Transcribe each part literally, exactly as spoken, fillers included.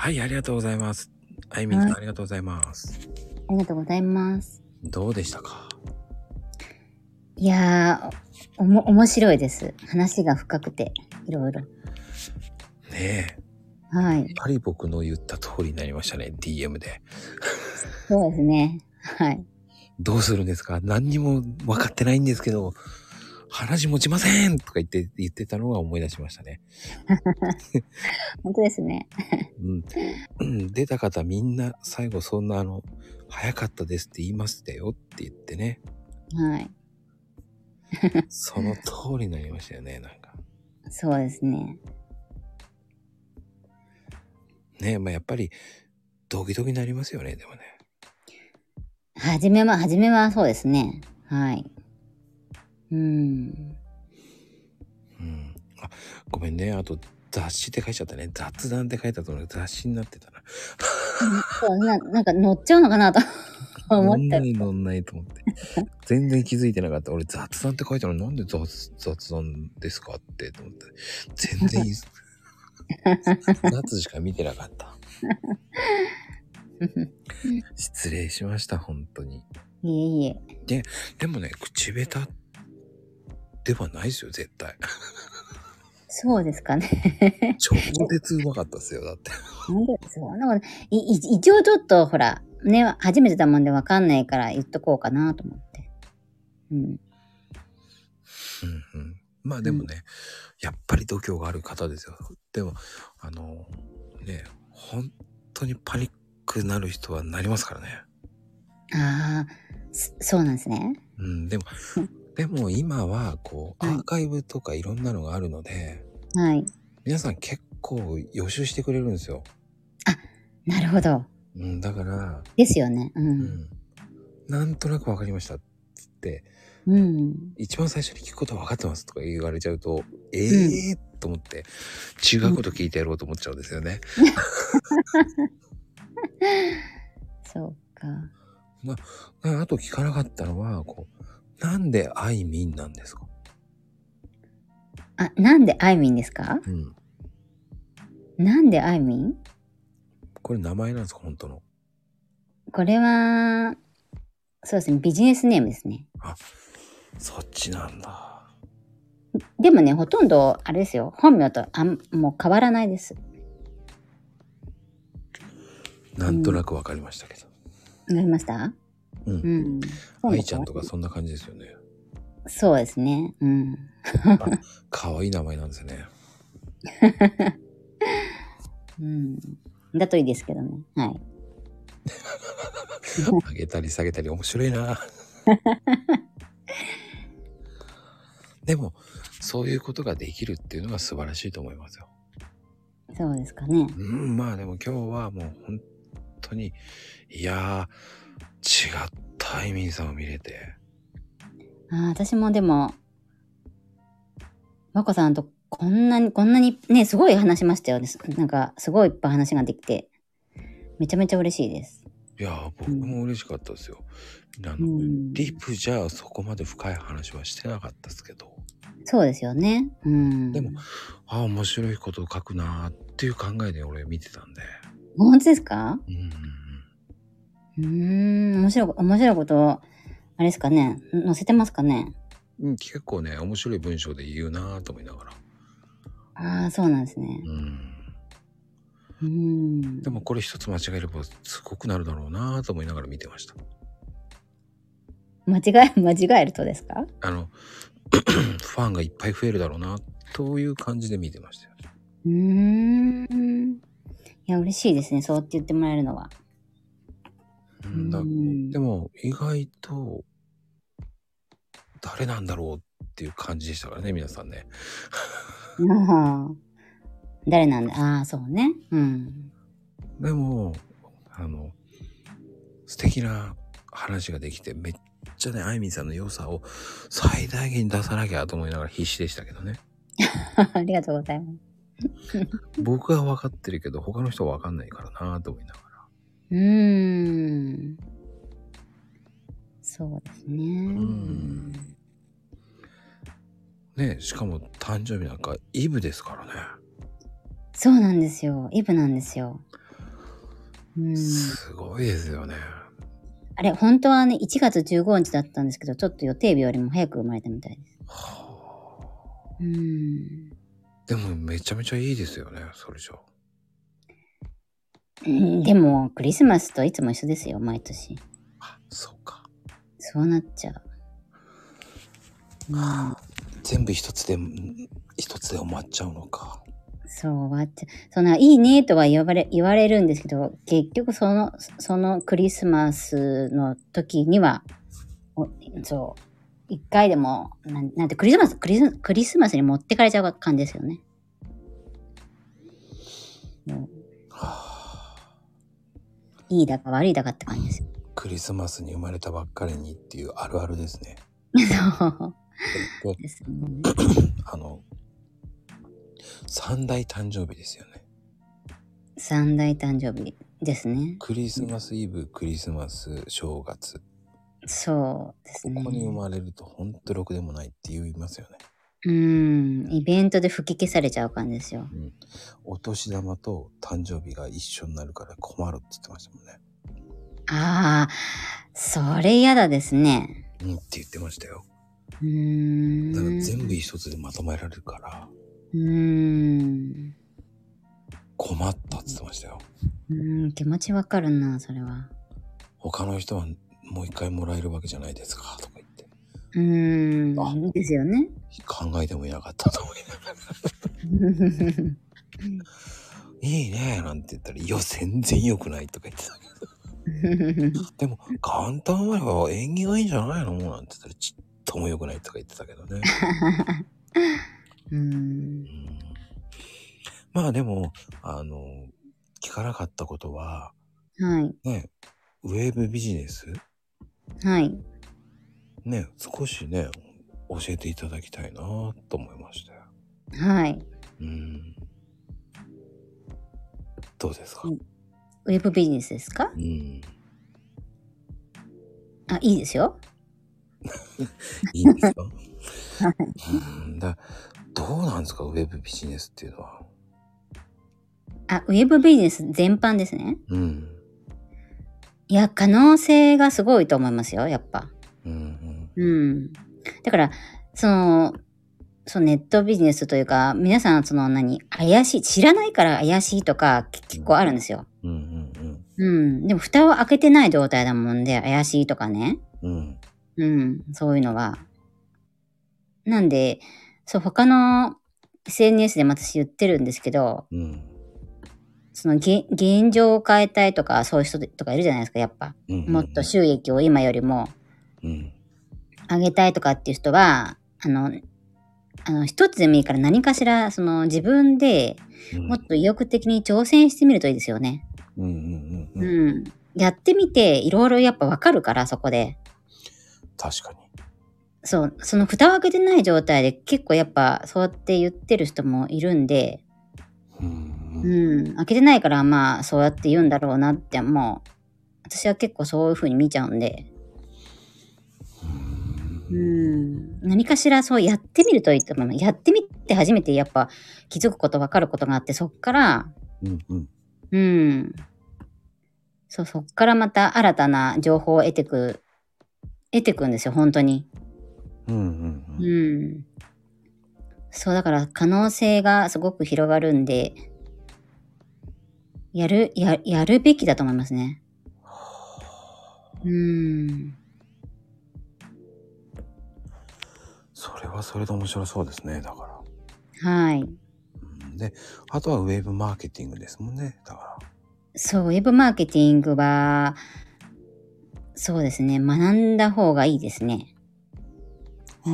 はい、ありがとうございます。あいみんさん、 はい。 ありがとうございます。 ありがとうございます。 どうでしたか？ いやー、おも、面白いです。話が深くて、いろいろ。 ねえ。やっはい。 ぱり僕の言った通りになりましたね、ディーエム で。 そうですね。はい。 どうするんですか？何にも分かってないんですけど、話持ちませんとか言って、言ってたのが思い出しましたね。 本当ですね。 うん。出た方みんな最後そんなあの、早かったですって言いましたよって言ってね。 はい。 その通りになりましたよね、なんか。 そうですね。 ねえ、まあやっぱり、ドキドキになりますよね、でもね。 はじめは、はじめはそうですね。はい。うーん。 うん。あ、ごめんね。あと、雑誌って書いちゃったね。雑談って書いたと思う雑誌になってたな。 そうな、なんか乗っちゃうのかなと思った。 乗んない乗んないと思って。全然気づいてなかった。俺雑談って書いたのなんで雑雑談ですかってと思って。全然いい雑しか見てなかった。失礼しました、本当に。 いえいえ。 で、でもね、口下手ではないですよ、絶対。 そうですかね。 超絶うまかったですよ、だって。 なんで、そんなこと、い、い一応ちょっとほら、ね、初めてだもんでわかんないから言っとこうかなと思って。うん。 うんうん。まあでもね、うん、やっぱり度胸がある方ですよ。でも、あの、ね、本当にパニックになる人はなりますからね。 ああ、そうなんですね。 うん、でも、でも今はこう、アーカイブとかいろんなのがあるので、 はい。 皆さん結構予習してくれるんですよ。 あ、なるほど。 うん、だから。 ですよね。うん。 うん。なんとなくわかりましたっつって、 うん。 一番最初に聞くことは分かってますとか言われちゃうと、ええー、と思って、違うこと聞いてやろうと思っちゃうんですよね。 そうか。 まあ、あと聞かなかったのは、こう、なんであいみんなんですか？ あ、なんであいみんですか？ うん。 なんであいみん？ これ名前なんですか、本当の。 これは、そうですね、ビジネスネームですね。 あ、そっちなんだ。 でもね、ほとんど、あれですよ、本名とあん、もう変わらないです。 なんとなくわかりましたけど。 わかりました？ うん。 うん。 愛ちゃんとかそんな感じですよね。 そうですね。うん。 あ、可愛い名前なんですね。 うん。だといいですけどね。はい。 上げたり下げたり面白いな。でも、そういうことができるっていうのが素晴らしいと思いますよ。 そうですかね。 うん、まあでも今日はもう本当に、いやー、違ったあいみんさんを見れて。 あ、私もでも、まこさんとこんなに、こんなにね、すごい話しましたよね。なんか、すごいいっぱい話ができて、めちゃめちゃ嬉しいです。 いやー、僕も嬉しかったですよ。うん、あの、リプじゃそこまで深い話はしてなかったですけど。 そうですよね。うん。 でも、ああ、面白いことを書くなーっていう考えで俺見てたんで。 本当ですか？ うんうんうん。うーん、面白い、面白いこと、あれですかね。載せてますかね。 うん、結構ね、面白い文章で言うなーと思いながら。 ああ、そうなんですね。 うん。 うん。 でもこれ一つ間違えればすごくなるだろうなーと思いながら見てました。 間違え、間違えるとですか？ あの、ファンがいっぱい増えるだろうな、という感じで見てましたよ。 うーん。いや、嬉しいですね。そうって言ってもらえるのは。 うん、だでも、意外と、誰なんだろうっていう感じでしたからね、皆さんね。 ああ。誰なんだ。ああ、そうね。うん。 でも、あの、素敵な話ができて、めっちゃね、あいみんさんの良さを最大限に出さなきゃと思いながら必死でしたけどね。 ありがとうございます。 僕は分かってるけど、他の人は分かんないからなと思いながら。 うーん。そうですね。 うん。ね、しかも誕生日なんかイブですからね。 そうなんですよ。イブなんですよ。 うん。 すごいですよね。 あれ、本当はね、いちがつじゅうごにちだったんですけど、ちょっと予定日よりも早く生まれたみたいです。 はあ。 うん。 でもめちゃめちゃいいですよね、それじゃ。 うん、でも、クリスマスといつも一緒ですよ、毎年。 あ、そうか。 そうなっちゃう。うん、 全部一つで、一つで終わっちゃうのか。 そう終わっちゃう。そんな、いいねとは言われ、言われるんですけど、結局その、そのクリスマスの時には、そう、一回でも、なん、なんてクリスマス、クリス、クリスマスに持ってかれちゃう感じですよね。うん、 はあ、 いいだか悪いだかって感じですよ。 クリスマスに生まれたばっかりにっていうあるあるですね。 そうですね。 あの、三大誕生日ですよね。 三大誕生日ですね。 クリスマスイブ、クリスマス、正月。 そうですね。 ここに生まれるとほんとろくでもないって言いますよね。 うーん、イベントで吹き消されちゃう感じですよ。 うん。お年玉と誕生日が一緒になるから困るって言ってましたもんね。 ああ、それ嫌だですね。 うんって言ってましたよ。 うーん。 だから全部一つでまとめられるから。 うーん。 困ったって言ってましたよ。 うーん、気持ちわかるな、それは。 他の人はもう一回もらえるわけじゃないですかとか言って。 うーん、ですよね。 考えてもいなかったと思いながら。いいねなんて言ったら、いや、全然良くないとか言ってたけど。でも、簡単なれば縁起がいいんじゃないのなんて言ったら、ちっとも良くないとか言ってたけどね。 うーん。 うん、まあでも、あの、聞かなかったことは、 はい。 ね、ウェブビジネスはい。 ね、少しね、教えていただきたいなと思いましたよ。 はい。 うん。どうですか？ ウェブビジネスですか？ うん。 あ、いいですよ。 いいんですか？ はい。 うん。だどうなんですか？ウェブビジネスっていうのは。 あ、ウェブビジネス全般ですね。 うん。 いや、可能性がすごいと思いますよ、やっぱ。 うんうん。 うん。だから、その、そのネットビジネスというか、皆さんその何、怪しい、知らないから怪しいとか、け結構あるんですよ。 うんうんうん。でも蓋を開けてない状態だもんで、怪しいとかね。 うん。うんうん。そういうのは。なんで、そう、他の エスエヌエス でも私言ってるんですけど、 うん。 そのげ現状を変えたいとか、そういう人とかいるじゃないですか、やっぱ。 うんうんうん。 もっと収益を今よりもうん。 上げたいとかっていう人は、あの、あの、一つでもいいから何かしら、その自分でうんもっと意欲的に挑戦してみるといいですよね。 うんうんうん。 うん。やってみて、いろいろやっぱわかるから、そこで。 確かに。 そう、その蓋を開けてない状態で結構やっぱそうやって言ってる人もいるんで、 うんうん。 うん、開けてないからまあそうやって言うんだろうなってもう、私は結構そういう風に見ちゃうんで、うん、何かしらそうやってみるといいと思います。やってみて初めてやっぱ気づくこと分かることがあって、そっから、 うんうん。 うん、そう、そっからまた新たな情報を得てく、得てくんですよ、本当に。 うんうんうん。 うん。そう、だから可能性がすごく広がるんで、やる、や、やるべきだと思いますね。うーん。 それはそれで面白そうですね、だかはい。 ら。うん、で、あとはウェブマーケティングですもんね、だから。 そう、ウェブマーケティングは、そうですね、学んだ方がいいですね。うん。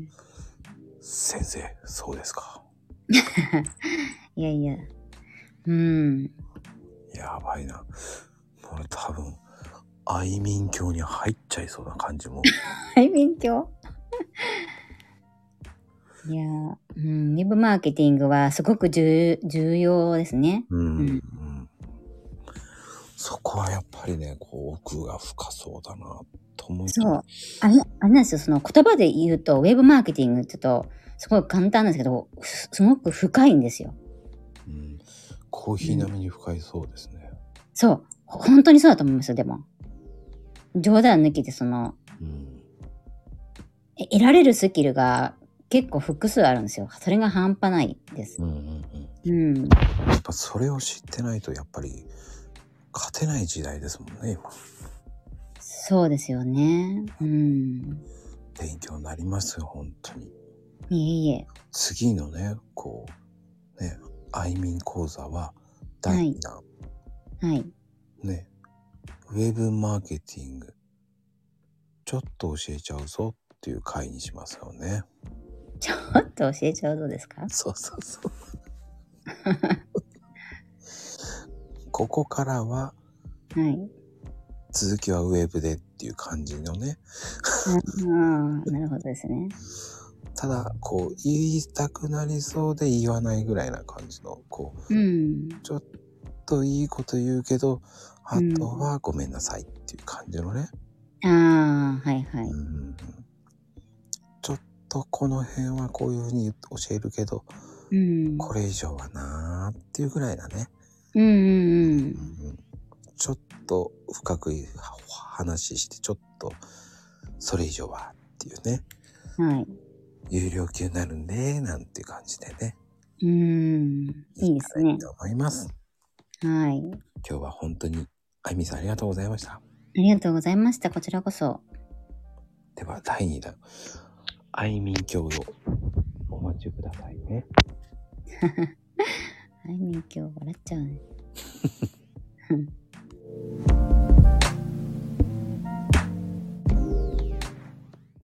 先生、そうですか。 いやいや。うん。 やばいな。これ多分、愛民教に入っちゃいそうな感じも。 はい、勉強いや、うん、ウェブマーケティングはすごく重重要ですね。 うん、 うん。 うん。そこはやっぱりね、こう、奥が深そうだな、と思いそう。あれ、あれなんですよ、その言葉で言うと、ウェブマーケティングって言うと、すごい簡単なんですけど、すすごく深いんですよ。 うん。コーヒー並みに深いそうですね。 そう。本当にそうだと思いますよ、でも。冗談抜きで、その、 うん、 え得られるスキルが結構複数あるんですよ。それが半端ないです。 うんうんうん。 やっぱそれを知ってないとやっぱり勝てない時代ですもんね、今。 そうですよね。うん。 勉強になりますよ、本当に。 いえいえ。 次のね、こう、ね、アイミン講座はだいにだん。 はい。 ね、ウェブマーケティング、ちょっと教えちゃうぞっていう回にしますよね。 ちょっと教えちゃうとですか？ そうそうそう。ここからは、 はい。 続きはウェブでっていう感じのね。 ああ、なるほどですね。 ただ、こう、言いたくなりそうで言わないぐらいな感じの、こう、 うん。 ちょっといいこと言うけど、あうん。 とはごめんなさいっていう感じのね。 ああ、はいはい。 うんちょっとこの辺はこういうふうに教えるけど、 うん。 これ以上はなーっていうぐらいだね。 うんうんうん。 うんちょっと深く話して、ちょっとそれ以上はっていうね。 はい。 有料級になるんで、なんていう感じでね。 うーん。いいですね。 と思います。 はい。 今日は本当に、あいみさんありがとうございました。 ありがとうございました。こちらこそ。 では、だいにだん、あいみん教養、お待ちくださいね。 はい、みん今日笑っちゃうね。